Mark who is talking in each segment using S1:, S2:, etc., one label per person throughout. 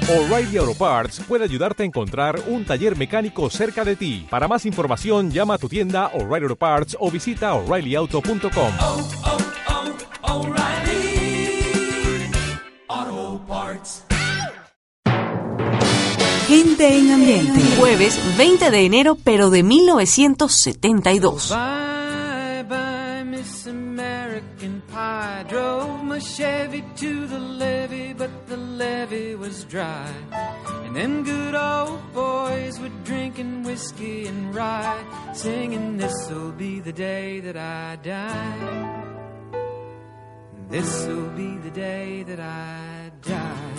S1: O'Reilly Auto Parts puede ayudarte a encontrar un taller mecánico cerca de ti. Para más información, llama a tu tienda O'Reilly Auto Parts o visita O'ReillyAuto.com.
S2: O'Reilly Auto Parts.
S3: Gente en Ambiente. Jueves 20 de enero, pero de 1972.
S4: Bye, bye, Miss American Pie. Drove my Chevy to the levee, but the levee was dry. And them good old boys were drinking whiskey and rye, singing, this'll be the day that I die. This'll be the day that I die.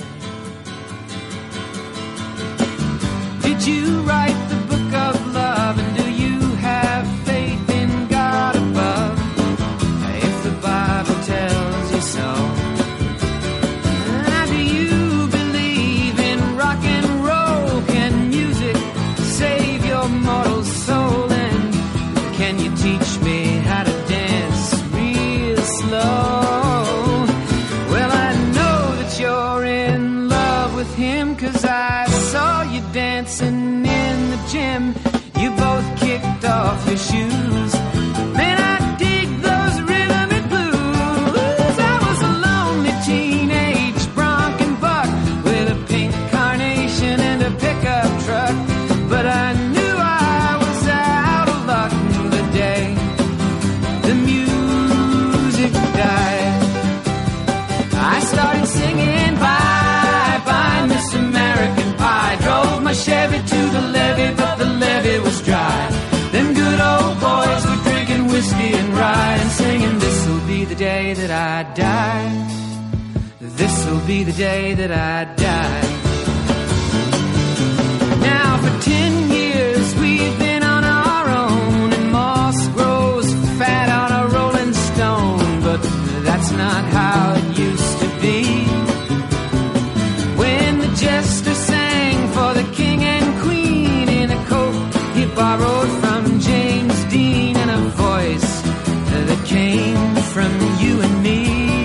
S4: Did you write the book of love, and do you have faith in God above? If the Bible tells you so. Do you believe in rock and roll? Can music save your mortal soul? And can you teach me how to dance real slow? Well, I know that you're in love with him, 'cause I saw you dancing in the gym. You both kicked off your shoes. Man, I dig those rhythm and blues. I was a lonely teenage bronc and buck with a pink carnation and a pickup truck, but I knew I was out of luck the day the music died. I started singing bye bye Miss American Pie. Drove my Chevy to the levee, but the levee was dry. Them good old boys were drinking whiskey and rye and singing, this'll be the day that I die. This'll be the day that I die. Now for 10 years we've been on our own, and moss grows fat on a rolling stone, but that's not how it used to be. When the jester sang for the king and queen in a coat he borrowed from James Dean, and a voice that came from you and me.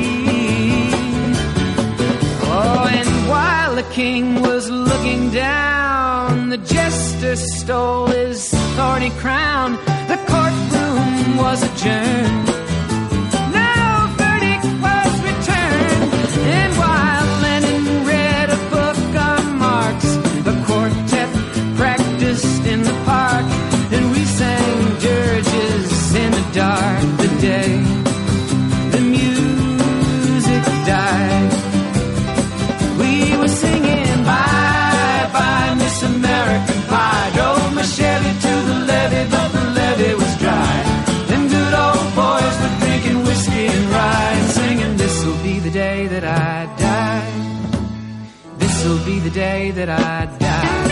S4: Oh, and while the king was looking down, the jester stole his thorny crown. The courtroom was adjourned. No verdict was returned. And while Lenin read a book on Marx, the quartet practiced in the park, and we sang dirges in the dark the day the music died. We were singing bye bye Miss American Pie. Drove my Chevy to the levee, but the levee was dry. Them good old boys were drinking whiskey and rye and singing, this'll be the day that I die. This'll be the day that I die.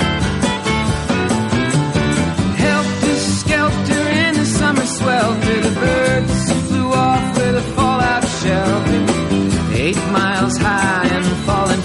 S4: Helter-skelter in the summer swelter, the birds flew off with a fallout shelter. 8 miles high and falling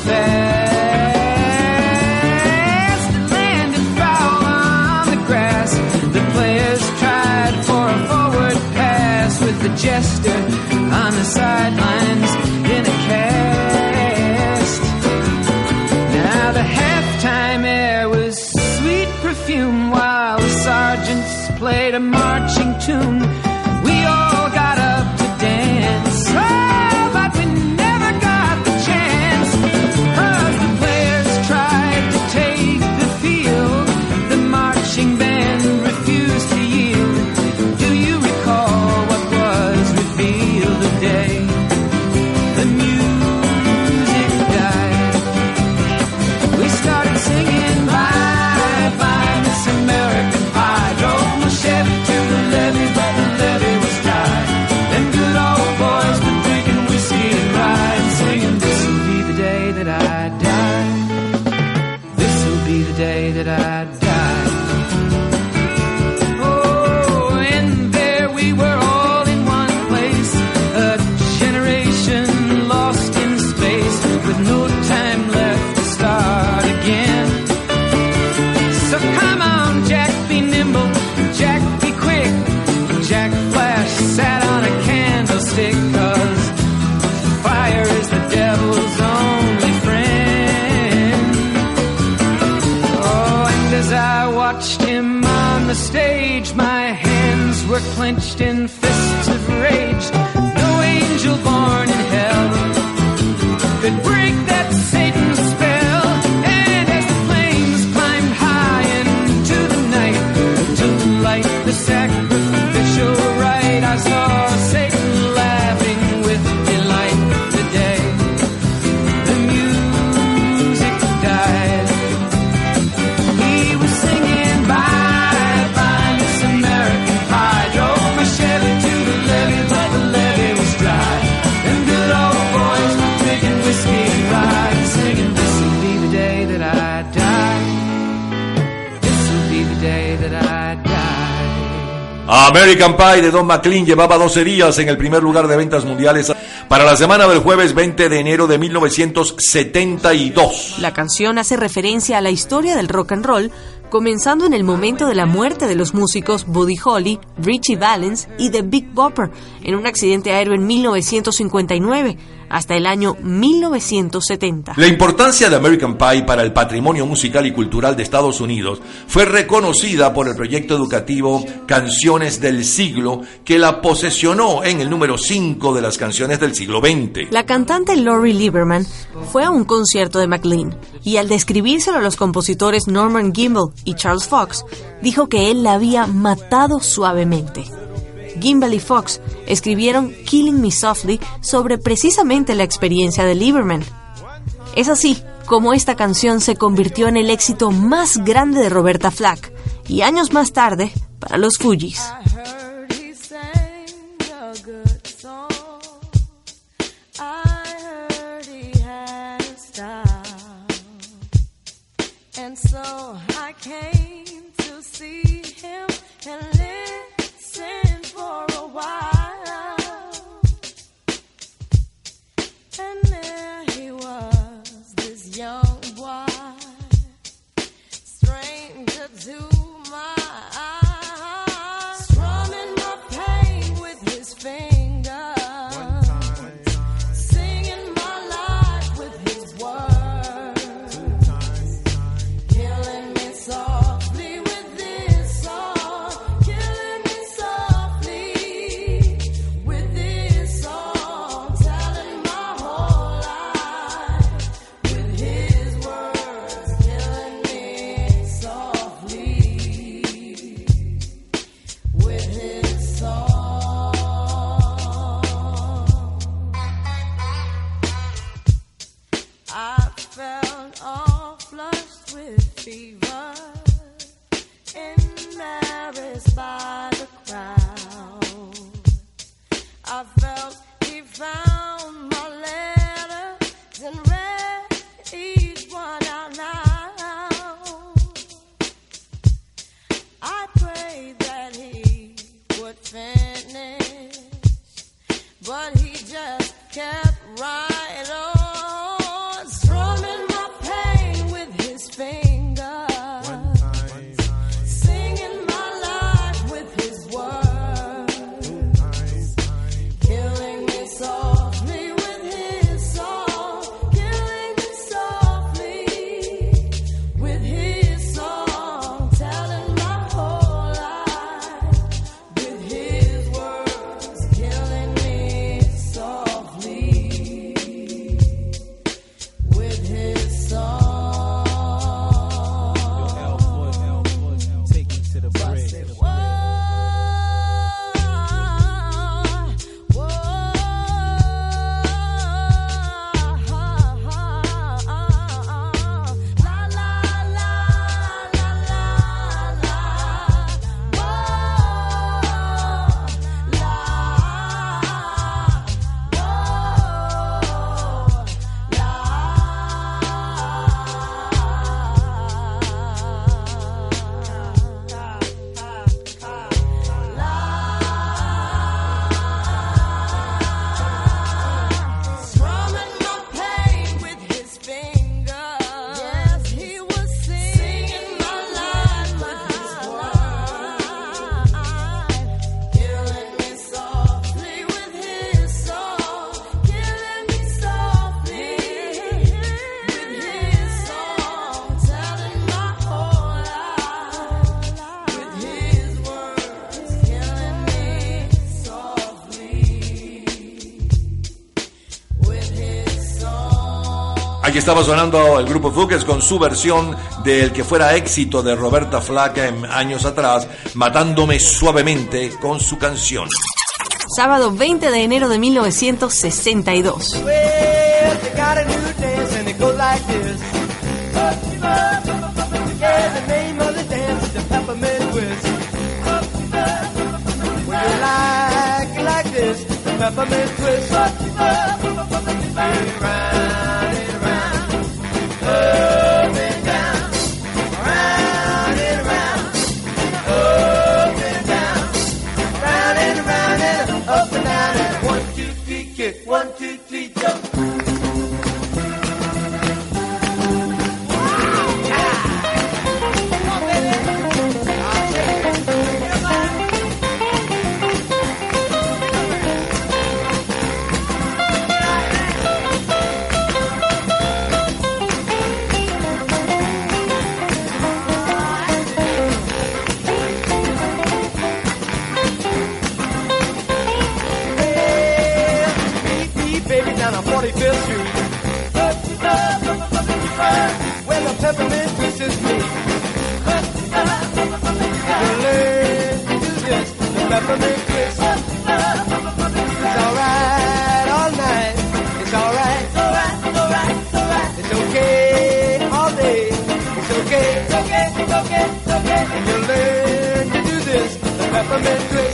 S4: fast. It landed foul on the grass. The players tried for a forward pass, with the jester on the sidelines in a cast. Now the halftime air was sweet perfume, while the sergeants played a marching tune. We all got up to dance, oh, but we never got the chance, 'cause the players tried to take the field. The marching band refused to yield. Do you recall what was revealed the day the music died? We started singing bye bye Miss American Pie. Drove my Chevy to the levee, but the levee was dry. Them good old boys were drinking whiskey and rye and singing, this'll be the day that I die. This'll be the day that I die. Oh, and there we were all in one place, a generation lost in space, with no time left to start again. So come on, Jack, be nimble, Jack, be quick. Jack Flash sat on a candlestick, 'cause fire is the devil's only friend. stage, my hands were clenched in fists of rage. No angel born in hell could break that Satan's spell. And as the flames climbed high into the night to light the sacrificial rite, I saw Satan laughing with delight. The day the music died, he was singing bye bye Miss American Pie. Drove my Chevy to the levee, but the levee was dry. Them good old boys drinking whiskey rye, singing this'll be the day that I die. This'll be the day that I die.
S5: American Pie de Don McLean llevaba 12 días en el primer lugar de ventas mundiales para la semana del jueves 20 de enero de 1972.
S3: La canción hace referencia a la historia del rock and roll, comenzando en el momento de la muerte de los músicos Buddy Holly, Ritchie Valens y The Big Bopper en un accidente aéreo en 1959, hasta el año 1970.
S5: La importancia de American Pie para el patrimonio musical y cultural de Estados Unidos fue reconocida por el proyecto educativo Canciones del Siglo, que la posesionó en el número 5 de las canciones del siglo XX.
S3: La cantante Lori Lieberman fue a un concierto de McLean y al describírselo a los compositores Norman Gimbel y Charles Fox, dijo que él la había matado suavemente. Gimbel y Fox escribieron Killing Me Softly sobre precisamente la experiencia de Lieberman. Es así como esta canción se convirtió en el éxito más grande de Roberta Flack y años más tarde para los Fugees.
S6: For a while, and there he was, this young boy, stranger to my eyes, strumming my pain with his fingers, singing my life with his words, killing me softly with this song, killing me softly with this song, telling my whole life with his words, killing me softly with his song. I felt all flushed with fever, embarrassed by the crowd. I felt he found my letters and read each one out loud. I prayed that he would finish, but he just kept right on, strumming my pain with his fingers, singing my life with his words, killing me softly.
S5: Aquí estaba sonando el grupo Fugees con su versión del que fuera éxito de Roberta Flack en años atrás, Matándome Suavemente, con su canción.
S3: Sábado 20 de enero de 1962.
S2: Well, they got a new dance and it goes like this. Yeah, the name of the dance is the peppermint twist. When you like this, the peppermint twist. Round and round, up and down, round and round, up and down, round and round and up and down. And 1, 2, 3, kick, 1, 2, 3, jump. Baby down on 45th Street. Where the peppermint twist is me. You learn to do this, the peppermint twist. It's alright all night. It's alright. It's okay all day. It's okay. And you learn to do this, the peppermint twist.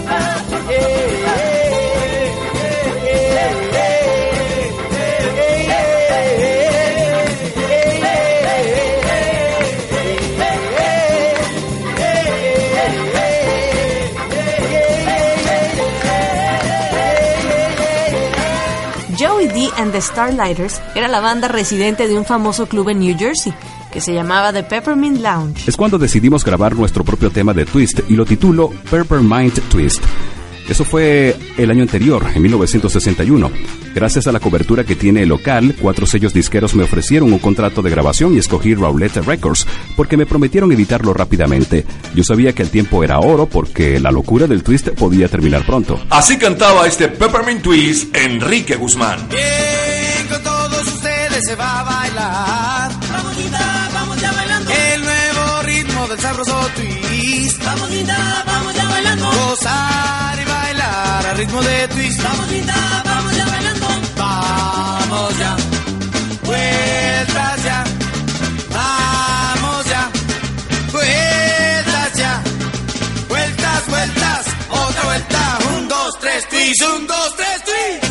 S3: Joey D and the Starlighters era la banda residente de un famoso club en New Jersey que se llamaba The Peppermint Lounge.
S7: Es cuando decidimos grabar nuestro propio tema de Twist y lo titulo Peppermint Twist. Eso fue el año anterior, en 1961. Gracias a la cobertura que tiene el local, 4 sellos disqueros me ofrecieron un contrato de grabación y escogí Roulette Records porque me prometieron editarlo rápidamente. Yo sabía que el tiempo era oro porque la locura del twist podía terminar pronto.
S5: Así cantaba este Peppermint Twist Enrique Guzmán.
S8: Bien, con todos ustedes se va a bailar.
S2: Vamos linda, vamos ya bailando.
S8: El nuevo ritmo del sabroso twist.
S2: Vamos linda, vamos ya bailando.
S8: Gozar y bailar al ritmo de twist.
S2: Vamos linda, vamos ya bailando.
S8: Vamos ya, vueltas ya. Vamos ya, vueltas ya. Vueltas, otra vuelta. 1, 2, 3, twist. 1, 2, 3, twist.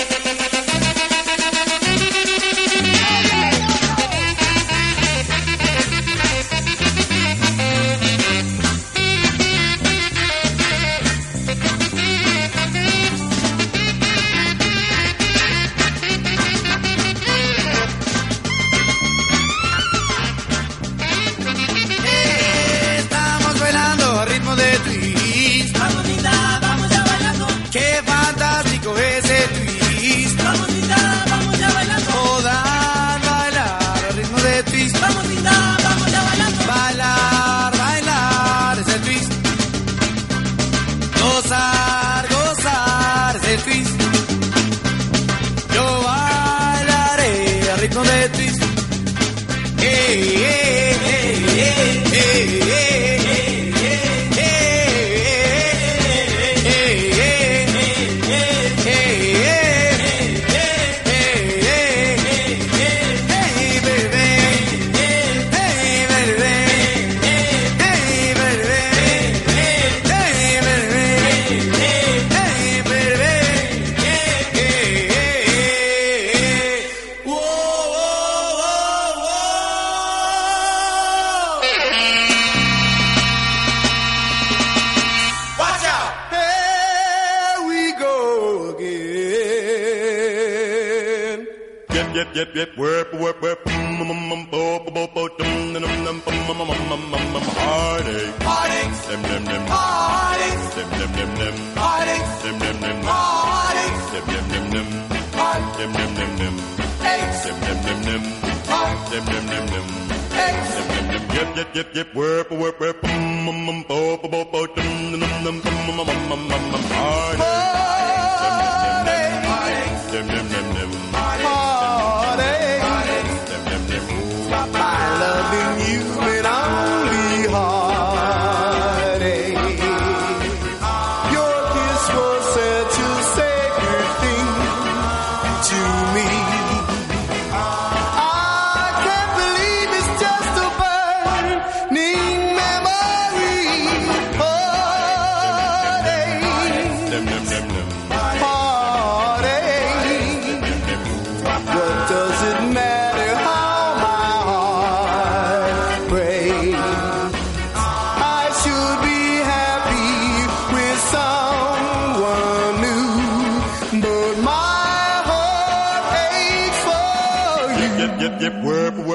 S8: Gozar es el twist. Yo bailaré al ritmo de twist.
S9: Yep, whip, heartache,
S8: Heartaches,
S9: dem,
S8: heartaches,
S9: dem,
S8: heartaches,
S9: dem,
S8: heartaches,
S9: dem, yep, whip, heartache,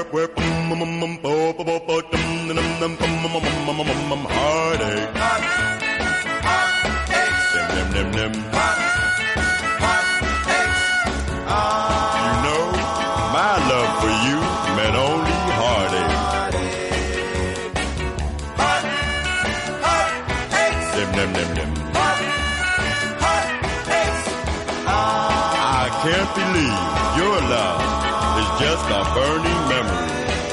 S9: Heartache. You know, my love for you meant only heartache. I can't believe your love is just a burning memory.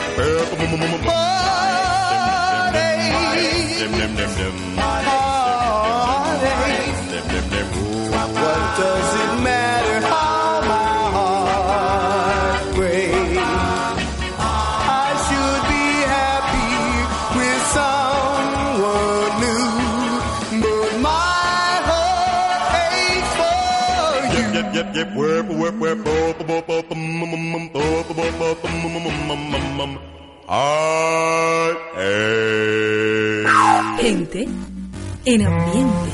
S2: What does it matter how my heart breaks? I should be happy with someone new, but my heart aches for you.
S3: Gente en ambiente.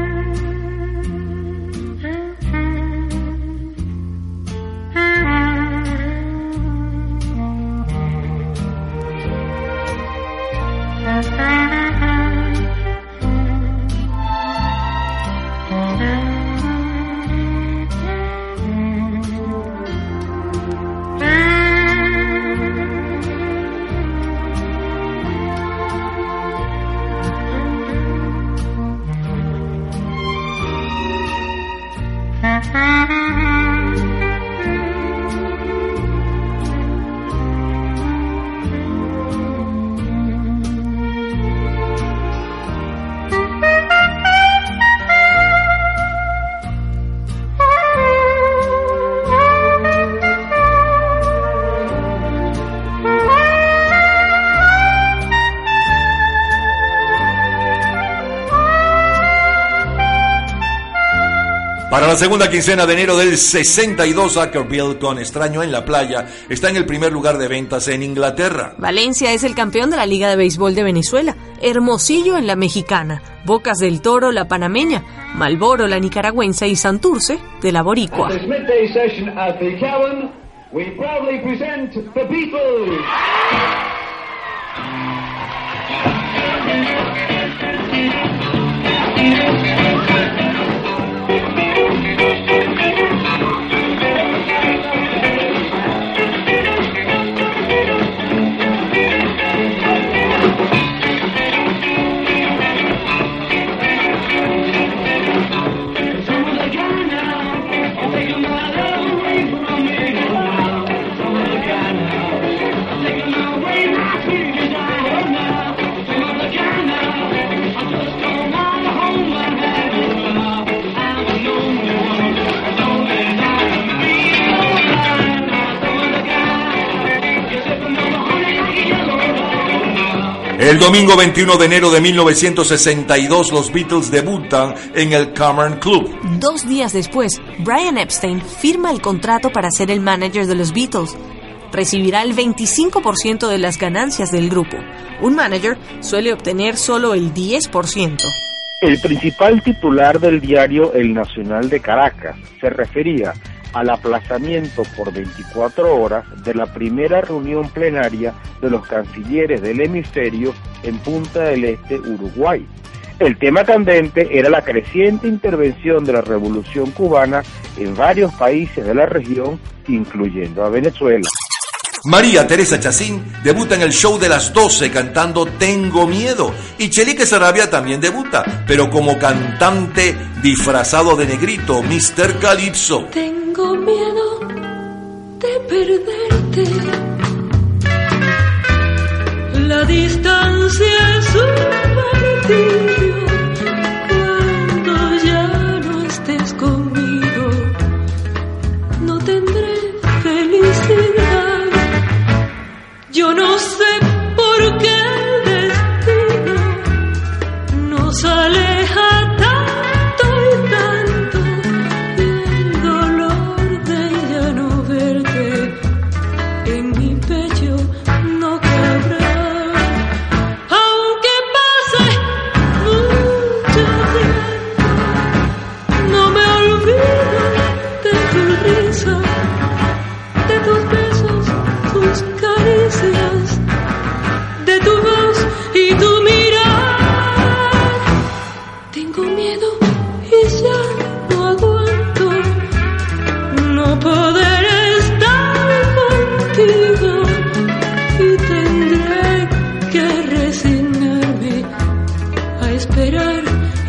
S5: Para la segunda quincena de enero del 62, Akerville con Extraño en la Playa está en el primer lugar de ventas en Inglaterra.
S3: Valencia es el campeón de la Liga de Béisbol de Venezuela, Hermosillo en la Mexicana, Bocas del Toro la Panameña, Malboro la Nicaragüense y Santurce de la Boricua.
S10: At this midday session at the Cowan, we proudly present the Beatles.
S5: El domingo 21 de enero de 1962, los Beatles debutan en el Cavern Club.
S3: 2 días después, Brian Epstein firma el contrato para ser el manager de los Beatles. Recibirá el 25% de las ganancias del grupo. Un manager suele obtener solo el 10%.
S11: El principal titular del diario El Nacional de Caracas se refería al aplazamiento por 24 horas de la primera reunión plenaria de los cancilleres del hemisferio en Punta del Este, Uruguay. El tema candente era la creciente intervención de la Revolución Cubana en varios países de la región, incluyendo a Venezuela.
S5: María Teresa Chacín debuta en el show de las 12 cantando Tengo Miedo, y Chelique Sarabia también debuta, pero como cantante disfrazado de negrito, Mr. Calypso.
S6: Tengo miedo de perderte. La distancia es un martirio cuando ya no estés conmigo. No tendré felicidad. Yo no sé por qué el destino nos aleja tanto y tanto, y el dolor de ya no verte en mi pecho no cabrá. Aunque pase mucho tiempo, no me olvido de tu risa, de tus besos, tus caricias.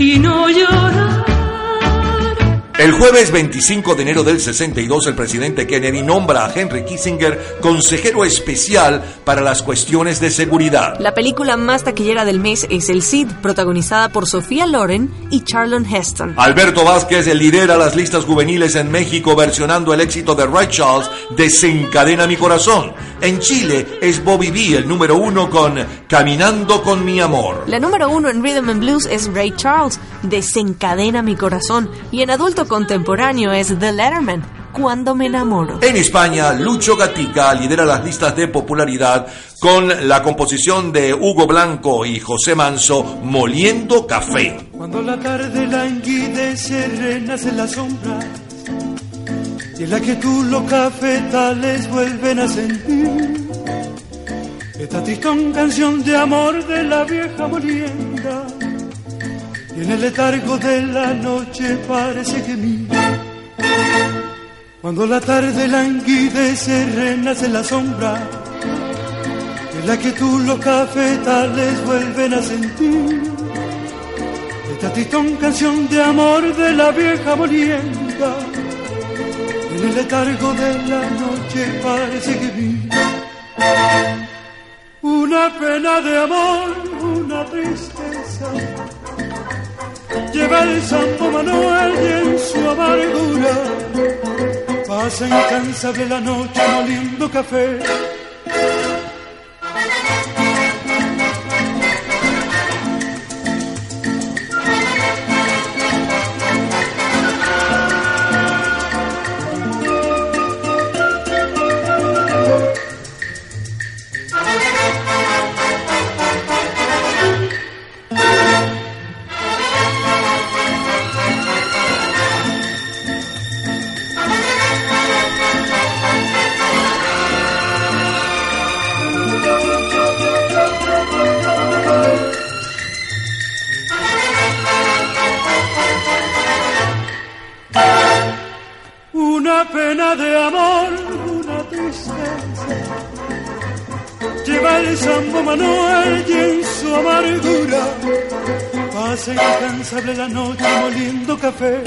S12: y no llorar.
S5: El jueves 25 de enero del 62, el presidente Kennedy nombra a Henry Kissinger consejero especial para las cuestiones de seguridad.
S3: La película más taquillera del mes es El Cid, protagonizada por Sofía Loren y Charlton Heston.
S5: Alberto Vázquez lidera las listas juveniles en México versionando el éxito de Ray Charles, Desencadena mi corazón. En Chile es Bobby B, el número 1 con Caminando con mi amor.
S3: La número 1 en Rhythm and Blues es Ray Charles, Desencadena mi corazón. Y en adulto contemporáneo es The Letterman, Cuando me enamoro.
S5: En España, Lucho Gatica lidera las listas de popularidad con la composición de Hugo Blanco y José Manso, Moliendo Café.
S13: Cuando la tarde languidece, renace la sombra, y en la que tú los cafetales vuelven a sentir esta tristón canción de amor de la vieja molienda. Y en el letargo de la noche parece que mira. Cuando la tarde languidece, renace la sombra, en la que tú los cafetales vuelven a sentir esta tristón canción de amor de la vieja molienda. En el letargo de la noche parece que mira. Una pena de amor, una tristeza, lleva el Santo Manuel y en su amargura pasa incansable la noche moliendo café. Una pena de amor, una tristeza, lleva el Santo Manuel y en su amargura pasa incansable la noche moliendo café.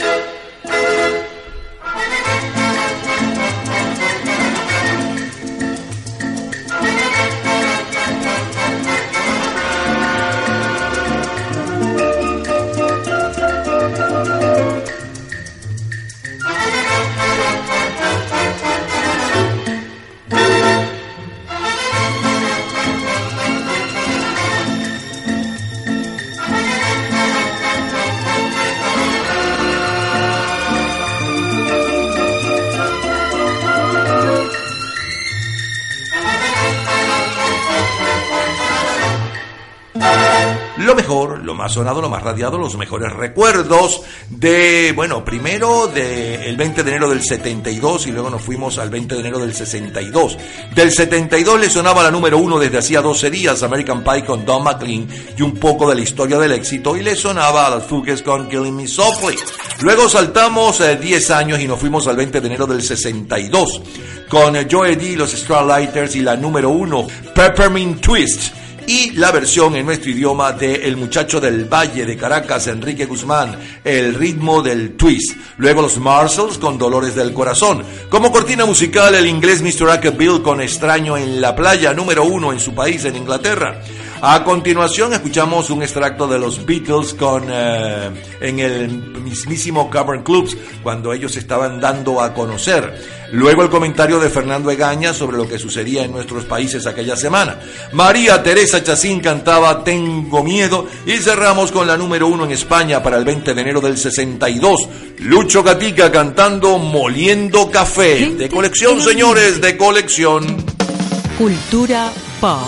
S5: Lo mejor, lo más sonado, lo más radiado, los mejores recuerdos de, bueno, primero del 20 de enero del 72 y luego nos fuimos al 20 de enero del 62. Del 72 le sonaba la número 1 desde hacía 12 días, American Pie con Don McLean y un poco de la historia del éxito, y le sonaba a las Fugees con Killing Me Softly. Luego saltamos 10 años y nos fuimos al 20 de enero del 62 con Joe D, los Starlighters y la número 1, Peppermint Twist. Y la versión en nuestro idioma de El Muchacho del Valle de Caracas, Enrique Guzmán, El ritmo del twist. Luego los Marshalls con Dolores del Corazón. Como cortina musical, el inglés Mr. Ackerbill con Extraño en la playa, número 1 en su país, en Inglaterra. A continuación escuchamos un extracto de los Beatles con en el mismísimo Cavern Clubs, cuando ellos estaban dando a conocer. Luego el comentario de Fernando Egaña sobre lo que sucedía en nuestros países aquella semana. María Teresa Chacín cantaba Tengo Miedo, y cerramos con la número 1 en España para el 20 de enero del 62. Lucho Gatica cantando Moliendo Café. De colección, señores, de colección.
S3: Cultura pop.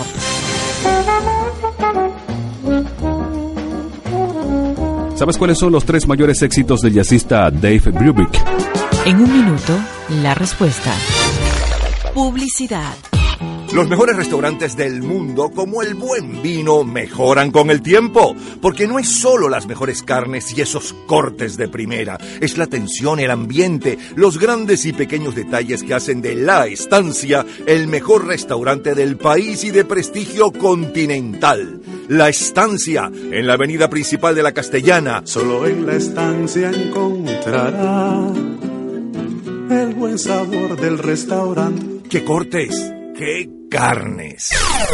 S7: ¿Sabes cuáles son los 3 mayores éxitos del jazzista Dave Brubeck?
S14: En un minuto, la respuesta. Publicidad.
S15: Los mejores restaurantes del mundo, como el buen vino, mejoran con el tiempo, porque no es solo las mejores carnes y esos cortes de primera, es la atención, el ambiente, los grandes y pequeños detalles que hacen de La Estancia el mejor restaurante del país y de prestigio continental. La Estancia, en la avenida principal de la Castellana.
S13: Solo en la estancia encontrará el buen sabor del restaurante.
S15: ¡Qué cortes! ¡Qué carnes!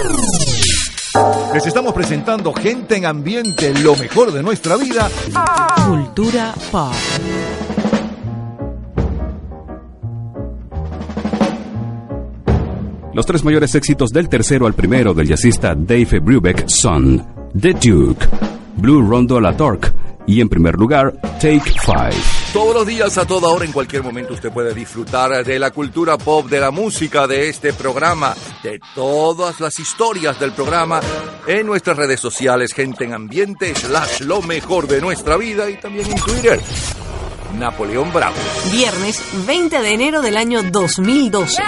S15: Les estamos presentando Gente en Ambiente, lo mejor de nuestra vida.
S14: Cultura pop.
S7: Los tres mayores éxitos del tercero al primero del jazzista Dave Brubeck son The Duke, Blue Rondo La Torque y en primer lugar Take 5.
S15: Todos los días, a toda hora, en cualquier momento usted puede disfrutar de la cultura pop, de la música, de este programa, de todas las historias del programa en nuestras redes sociales, Gente en Ambiente, / lo mejor de nuestra vida, y también en Twitter, Napoleón Bravo.
S3: Viernes 20 de enero del año 2012.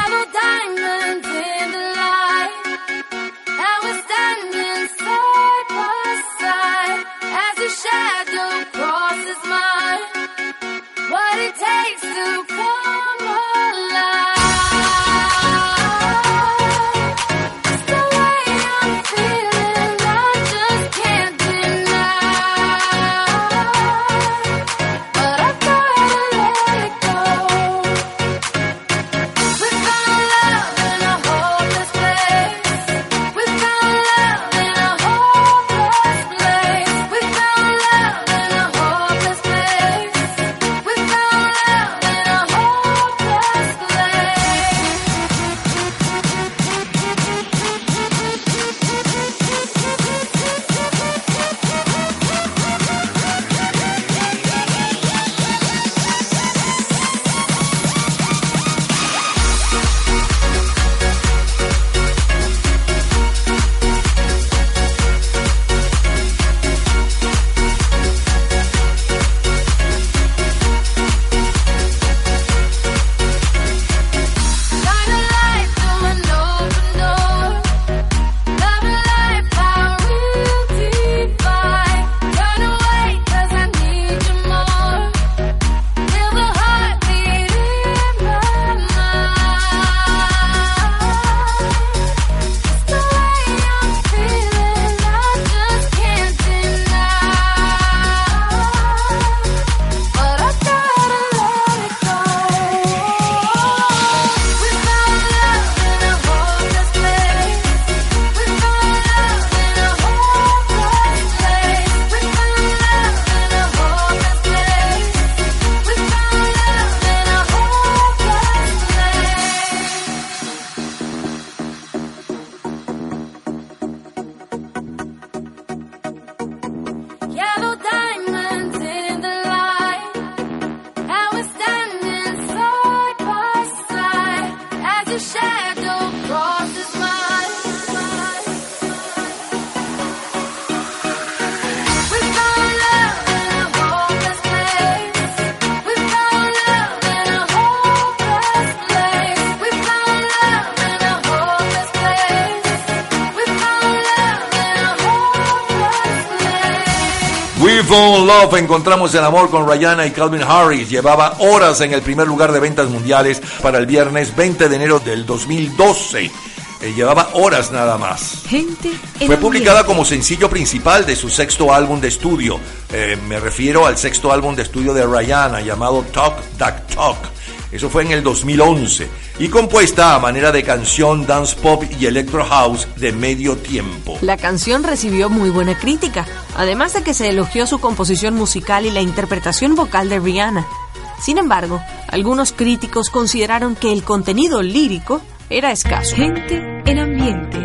S5: We Found Love, encontramos el amor con Rihanna y Calvin Harris. Llevaba horas en el primer lugar de ventas mundiales para el viernes 20 de enero del 2012. Llevaba horas nada más. Fue publicada como sencillo principal de su sexto álbum de estudio. Me refiero al sexto álbum de estudio de Rihanna llamado Talk That Talk. Eso fue en el 2011 y compuesta a manera de canción dance pop y electro house de medio tiempo.
S3: La canción recibió muy buena crítica, además de que se elogió su composición musical y la interpretación vocal de Rihanna. Sin embargo, algunos críticos consideraron que el contenido lírico era escaso.
S14: Gente en Ambiente.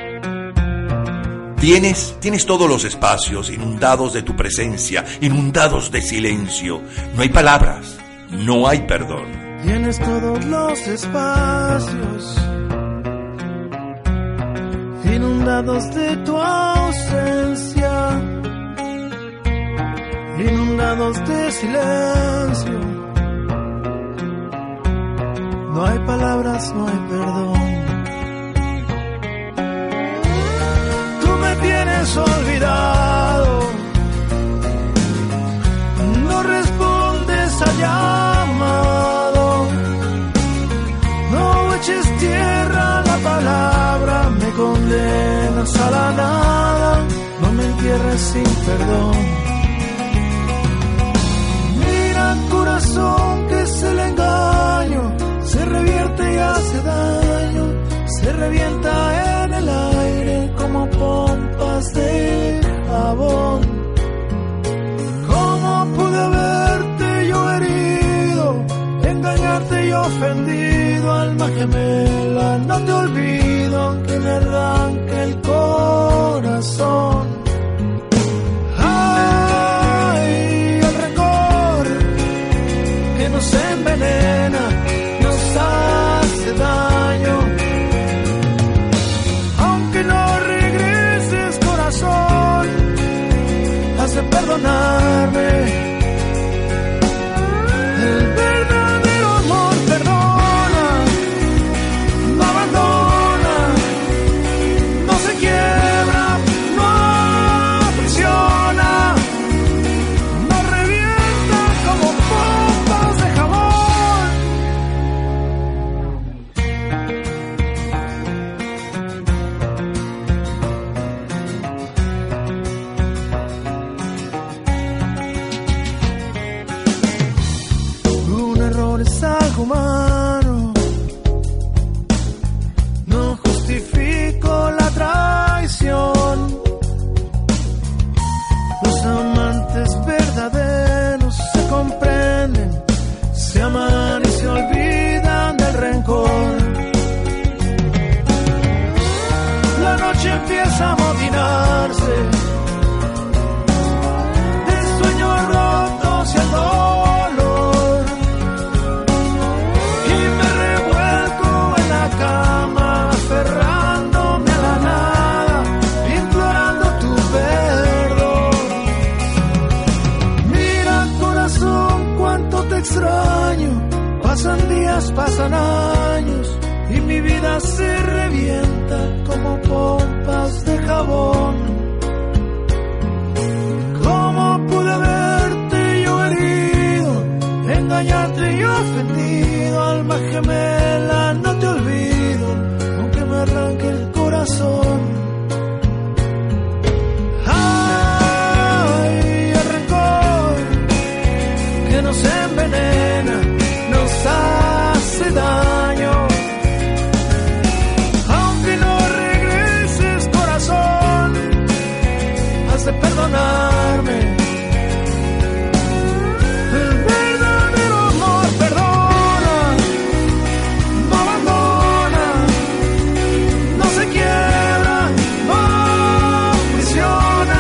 S5: Tienes todos los espacios inundados de tu presencia, inundados de silencio. No hay palabras, no hay perdón.
S2: Tienes todos los espacios inundados de tu ausencia, inundados de silencio. No hay palabras, no hay perdón. Tú me tienes olvidado, no respondes a llamado, no eches tierra a la palabra, me condenas a la nada.
S12: perdón. Mira, corazón, que es el engaño, se revierte y hace daño, se revienta en el aire como pompas de jabón. ¿Cómo pude haberte yo herido, engañarte y ofendido? Alma gemela, no te olvido, aunque me arranque el corazón. Ay, el rencor que nos envenena, nos hace daño. Aunque no regreses, corazón, has de perdonarme. El verdadero amor perdona, no abandona, no se quiebra, no aprisiona, no revienta como pompas de jabón. Un error es algo humano, no justifico la traición. Los amantes verdaderos se comprenden, se aman y se olvidan del rencor. La noche empieza a amotinarse de sueños rotos y el dolor, y me revuelco en la cama, aferrándome a la nada, implorando tu perdón. Mira, corazón, cuánto te extraño, pasan días, pasan años, y mi vida se revienta como pompas de jabón. ¿Cómo pude haberte yo herido, engañarte y ofendido? Alma gemela, no te olvido, aunque me arranque el corazón. Ay, el rencor que nos envenena, nos hace daño. Aunque no regreses, corazón, has de perdonarme. El verdadero amor perdona, no abandona, no se quiebra, no aprisiona,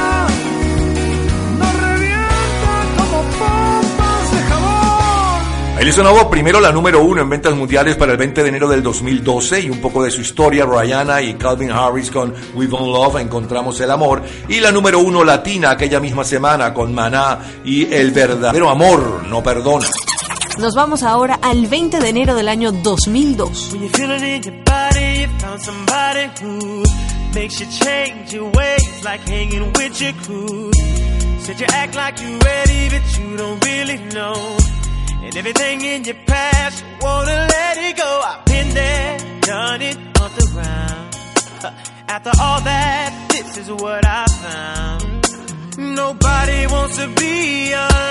S12: no revienta como pompas de jabón.
S5: Ahí le sonaba primero la número 1 en ventas mundiales para el 20 de enero del 2012 y un poco de su historia, Rihanna y Calvin Harris con We Found Love, Encontramos el Amor, y la número 1 latina aquella misma semana con Maná y El verdadero amor no perdona.
S3: Nos vamos ahora al 20 de enero del año 2002.
S2: When you feel it in your body, you found somebody who makes you change your ways, like hanging with your crew. Said you act like you're ready, but you don't really know. And everything in your past, you wanna let it go. I've been there, done it on the ground. After all that, this is what I found. Nobody wants to be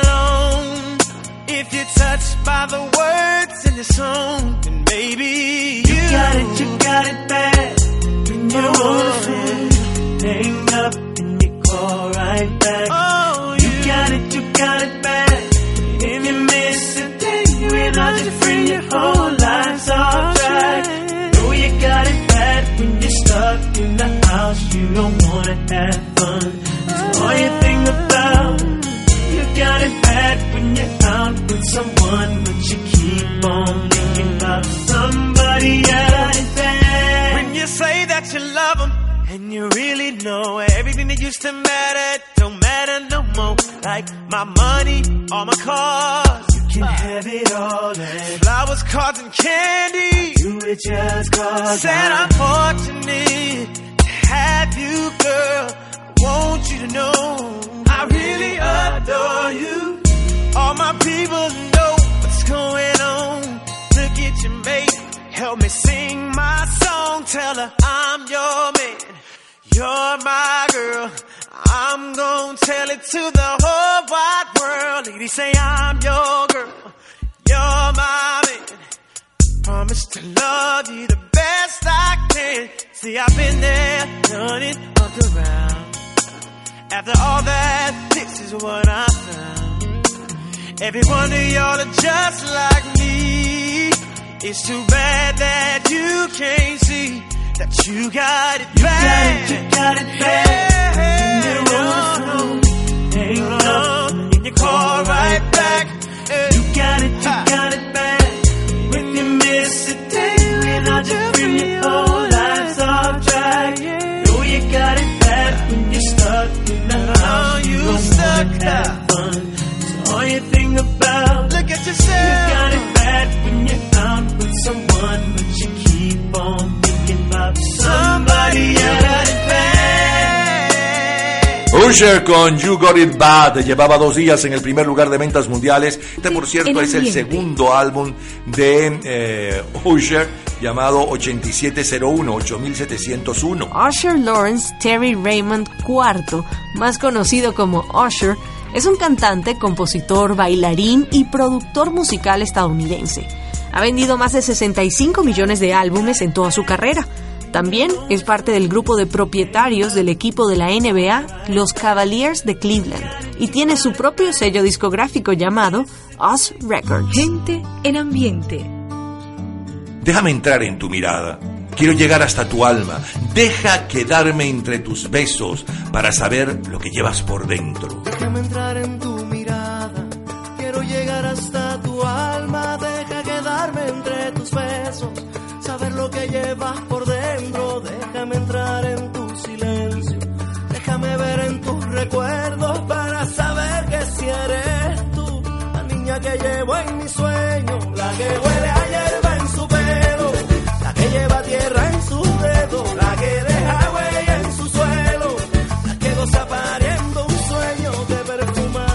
S2: alone. If you're touched by the words in the song, then maybe you got it bad. When you want it, hang up and you call right back. Oh, you got it bad. If you miss a day without your friend, your whole life's off track. Know you got it bad when you're stuck in the house, you don't wanna have fun. So all you think about, you got it bad when you're out with someone, but you keep on thinking about somebody else. When you say that you love them, and you really know everything that used to matter don't matter no more. Like my money, all my cars, you can have it all. And flowers, cards, and candy, you were just cause said I'm fortunate to have you, girl. I want you to know I really adore you. All my people know what's going on. Look at your mate, help me sing my song. Tell her I'm your man, you're my girl, I'm I'm gonna tell it to the whole wide world. Ladies say I'm your girl, you're my man. Promise to love you the best I can. See, I've been there, done it, looked around. After all that, this is what I found. Every one of y'all are just like me. It's too bad that you can't see that you got it bad.
S12: You got it bad. Hang up,
S2: and you call right back.
S12: You got it bad. When you miss a day without your friend, your whole life's off track. Know you got it bad when you're stuck in the house.
S2: You
S12: don't
S2: stuck
S12: wanna have fun. So all you think about,
S2: look at yourself.
S12: You got it bad when you're out with someone, but you keep on thinking about somebody else.
S5: Usher con You Got It Bad llevaba 2 días en el primer lugar de ventas mundiales. Este, por cierto, es el segundo álbum de Usher, llamado 8701.
S3: Usher Lawrence Terry Raymond IV, más conocido como Usher, es un cantante, compositor, bailarín y productor musical estadounidense. Ha vendido más de 65 millones de álbumes en toda su carrera. También es parte del grupo de propietarios del equipo de la NBA, los Cavaliers de Cleveland, y tiene su propio sello discográfico llamado Us Records.
S14: Gente en ambiente.
S5: Déjame entrar en tu mirada. Quiero llegar hasta tu alma. Deja quedarme entre tus besos para saber lo que llevas por dentro.
S12: Déjame entrar en tu mirada. Quiero llegar hasta tu alma. Deja quedarme entre tus besos. Saber lo que llevas por dentro. Déjame entrar en tu silencio. Déjame ver en tus recuerdos para saber que si eres tú, la niña que llevo en mi sueño, la que huele a hierba en su pelo, la que lleva tierra en sus dedos, la que deja huella en su suelo, la que goza pariendo un sueño de perfumar.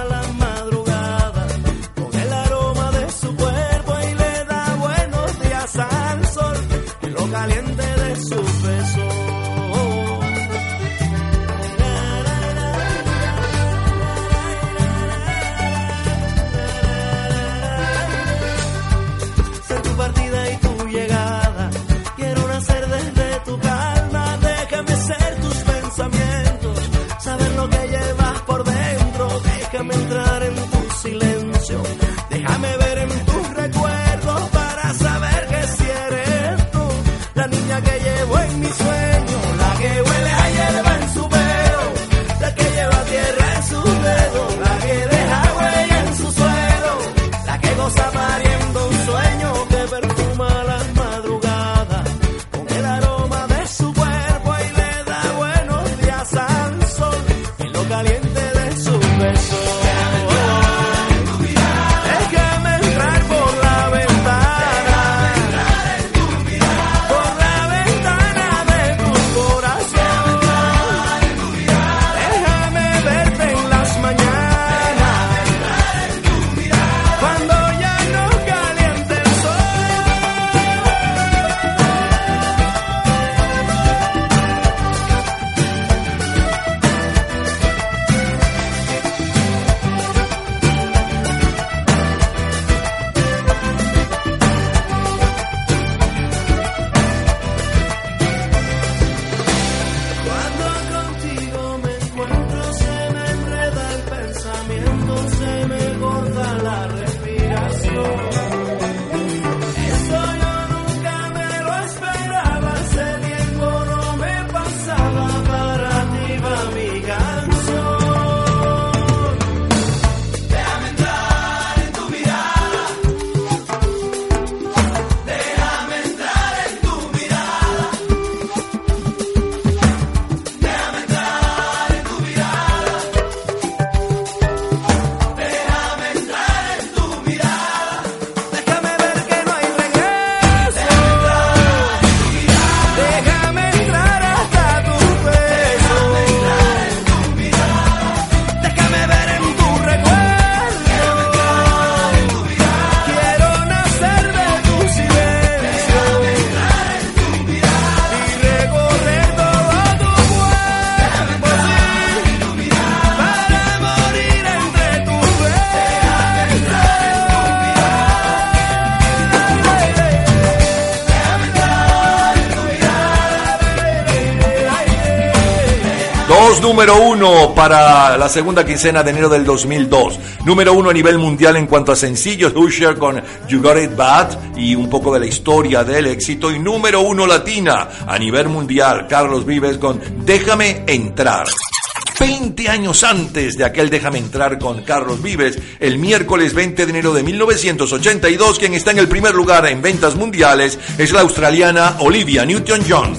S5: Los número 1 para la segunda quincena de enero del 2002. Número 1 a nivel mundial en cuanto a sencillos, Usher con You Got It Bad y un poco de la historia del éxito. Y número 1 latina a nivel mundial, Carlos Vives con Déjame Entrar. 20 años antes de aquel Déjame Entrar con Carlos Vives, el miércoles 20 de enero de 1982, quien está en el primer lugar en ventas mundiales es la australiana Olivia Newton-John.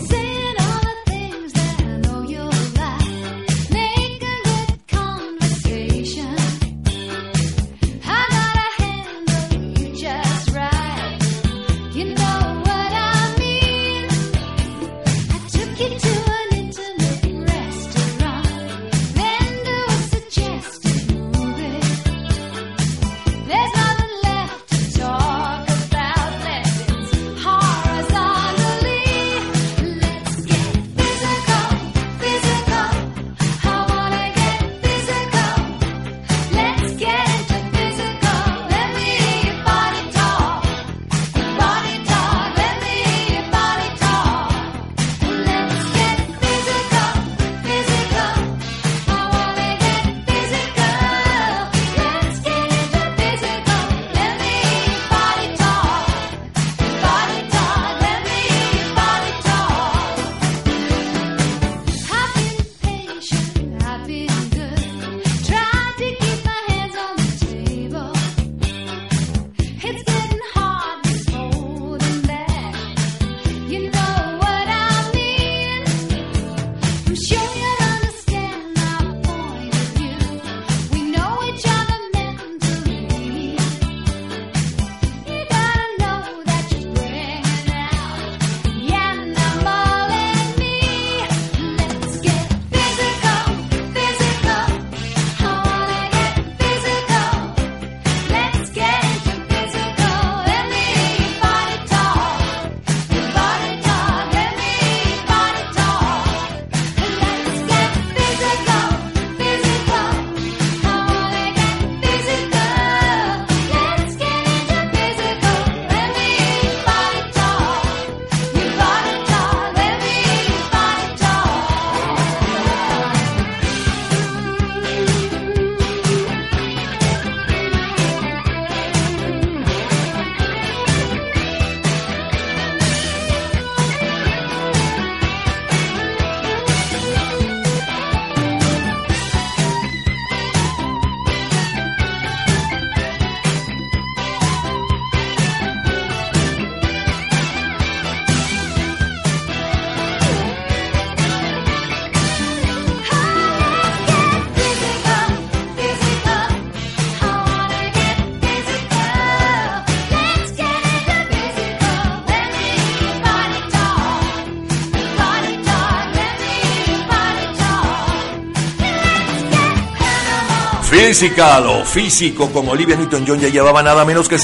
S5: Physical o Físico con Olivia Newton-John ya llevaba nada menos que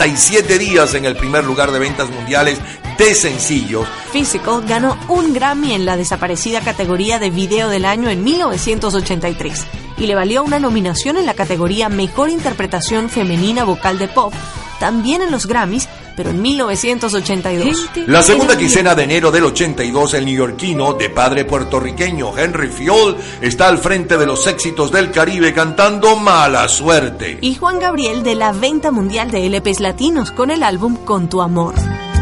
S5: 67 días en el primer lugar de ventas mundiales de sencillos.
S3: Physical ganó un Grammy en la desaparecida categoría de Video del Año en 1983 y le valió una nominación en la categoría Mejor Interpretación Femenina Vocal de Pop, también en los Grammys, pero en 1982.
S5: La segunda quincena de enero del 82, el neoyorquino de padre puertorriqueño Henry Fiol está al frente de los éxitos del Caribe cantando Mala Suerte.
S3: Y Juan Gabriel de la venta mundial de LPs latinos con el álbum Con tu amor.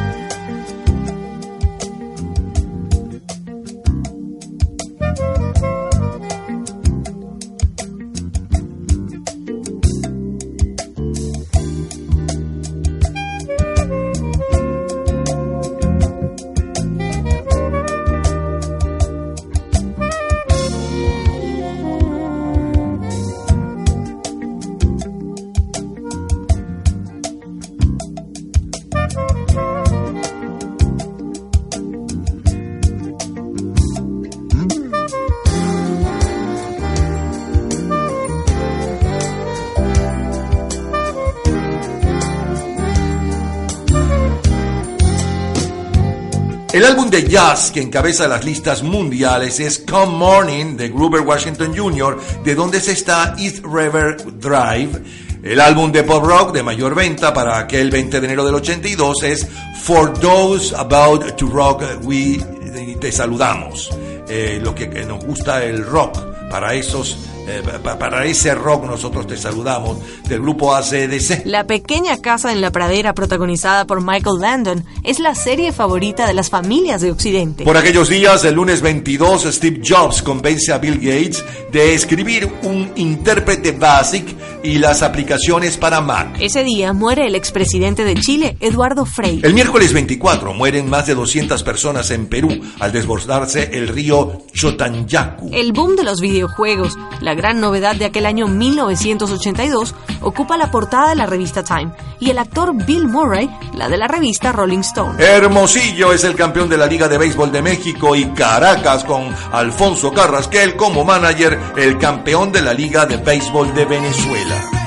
S5: El álbum de jazz que encabeza las listas mundiales es Come Morning de Grover Washington Jr., de donde se está East River Drive. El álbum de pop rock de mayor venta para aquel 20 de enero del 82 es For Those About to Rock We Te Saludamos. lo que nos gusta el rock. Para ese rock nosotros te saludamos del grupo AC/DC.
S3: La pequeña casa en la pradera, protagonizada por Michael Landon, es la serie favorita de las familias de Occidente.
S5: Por aquellos días, el lunes 22, Steve Jobs convence a Bill Gates de escribir un intérprete BASIC y las aplicaciones para Mac.
S3: Ese día muere el expresidente de Chile, Eduardo Frei.
S5: El miércoles 24 mueren más de 200 personas en Perú al desbordarse el río Chotanyacu.
S3: El boom de los videojuegos, la gran novedad de aquel año 1982, ocupa la portada de la revista Time y el actor Bill Murray la de la revista Rolling Stone.
S5: Hermosillo es el campeón de la Liga de Béisbol de México y Caracas, con Alfonso Carrasquel como manager, el campeón de la Liga de Béisbol de Venezuela.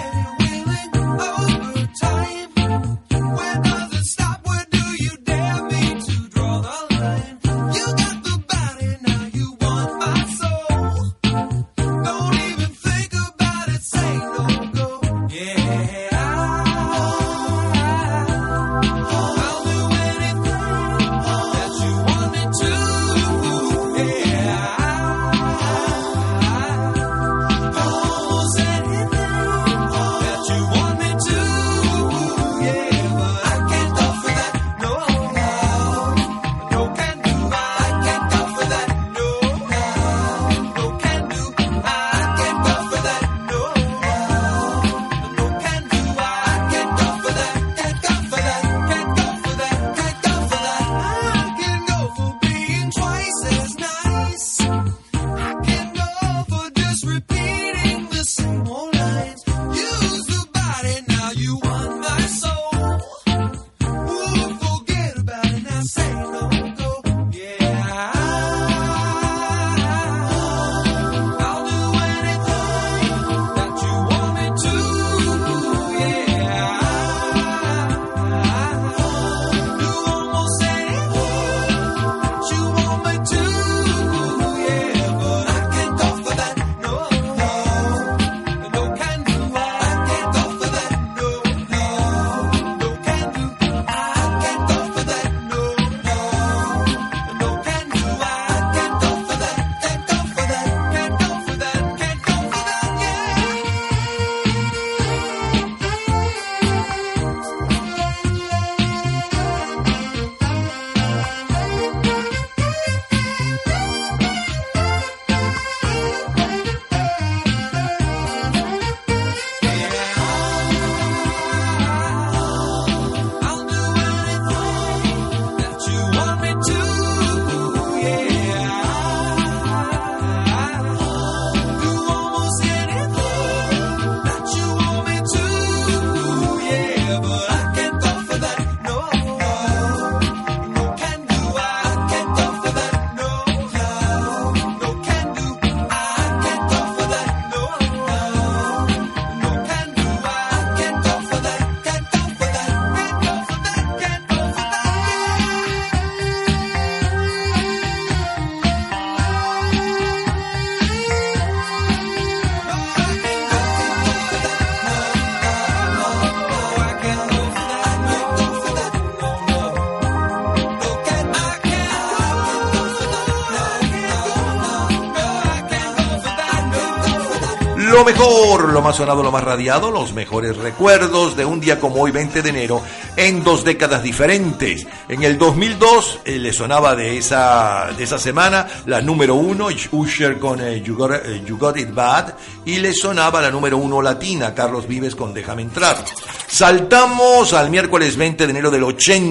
S5: Lo mejor, lo más sonado, lo más radiado, los mejores recuerdos de un día como hoy, 20 de enero, en 2 décadas diferentes. En el 2002 le sonaba de esa semana la número 1, Usher con You Got It Bad, y le sonaba la número 1 latina, Carlos Vives con Déjame Entrar. Saltamos al miércoles 20 de enero del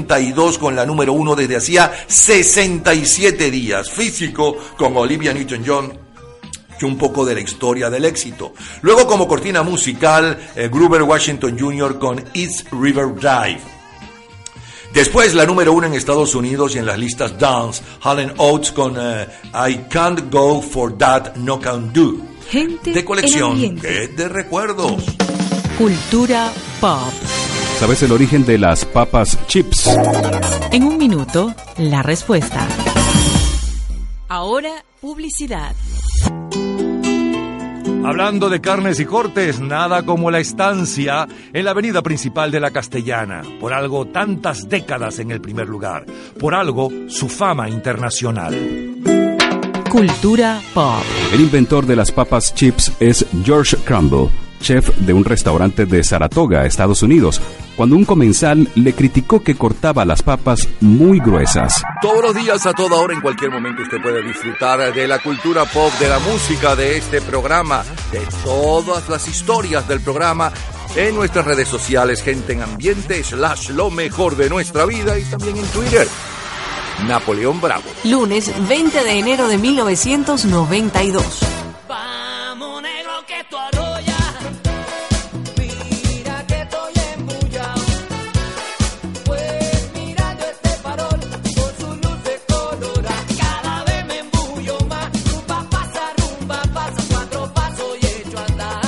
S5: 82 con la número 1 desde hacía 67 días, Físico con Olivia Newton-John, y un poco de la historia del éxito. Luego, como cortina musical, Grover Washington Jr. con East River Drive. Después, la número 1 en Estados Unidos y en las listas Dance, Hall & Oates con I Can't Go For That, No Can Do.
S14: Gente
S5: de colección,
S14: en
S5: que de recuerdos.
S14: Cultura pop.
S7: ¿Sabes el origen de las papas chips?
S14: En un minuto, la respuesta.
S16: Ahora, publicidad.
S17: Hablando de carnes y cortes, nada como La Estancia en la avenida principal de La Castellana. Por algo, tantas décadas en el primer lugar. Por algo, su fama internacional.
S14: Cultura Pop.
S7: El inventor de las papas chips es George Crumble, chef de un restaurante de Saratoga, Estados Unidos, cuando un comensal le criticó que cortaba las papas muy gruesas.
S15: Todos los días, a toda hora, en cualquier momento, usted puede disfrutar de la cultura pop, de la música, de este programa, de todas las historias del programa en nuestras redes sociales, Gente en Ambiente, / lo mejor de nuestra vida, y también en Twitter. Napoleón Bravo.
S3: Lunes 20 de enero de 1992.
S2: Vamos, negro, que tú arrollas. Mira que estoy embullado. Pues mirando este farol con su luz de colorada. Cada vez me embullo más. Rumba pasa, 4 pasos y echo a andar.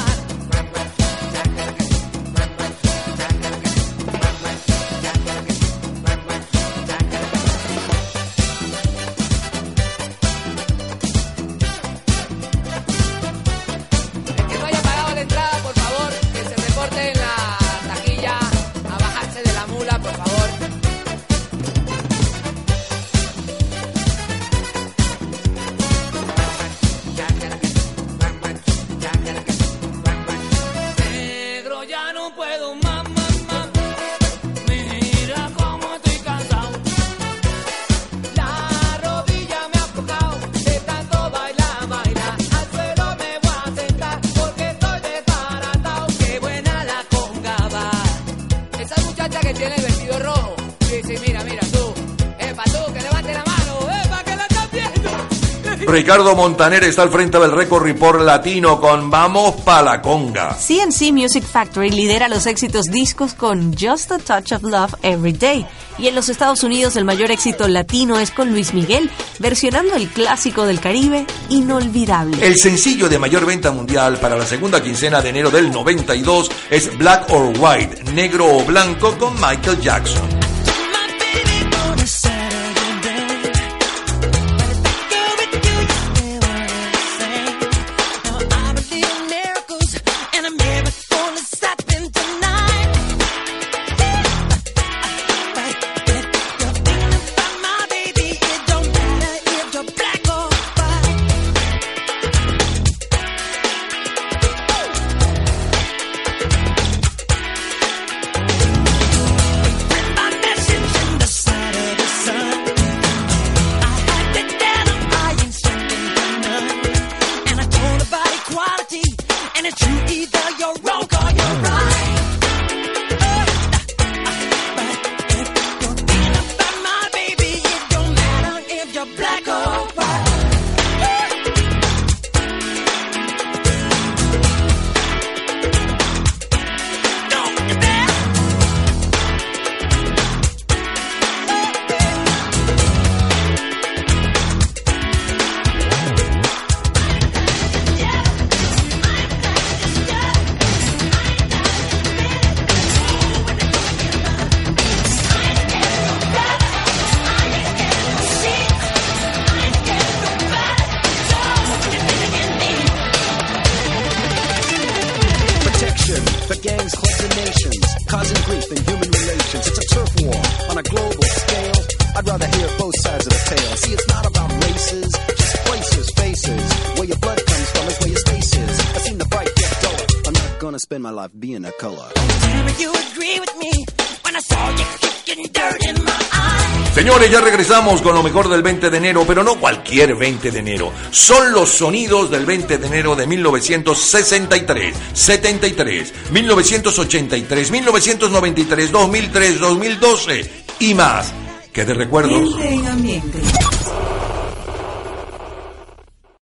S5: Ricardo Montaner está al frente del Record Report Latino con Vamos pa' la conga.
S3: CNC Music Factory lidera los éxitos discos con Just a Touch of Love Every Day. Y en los Estados Unidos el mayor éxito latino es con Luis Miguel, versionando el clásico del Caribe, Inolvidable.
S5: El sencillo de mayor venta mundial para la segunda quincena de enero del 92 es Black or White, negro o blanco, con Michael Jackson.
S18: Spend my life being a color.
S5: Señores, ya regresamos con lo mejor del 20 de enero, pero no cualquier 20 de enero. Son los sonidos del 20 de enero de 1963, 73, 1983, 1993, 2003, 2012 y más. Que de recuerdos.
S14: Gente en Ambiente.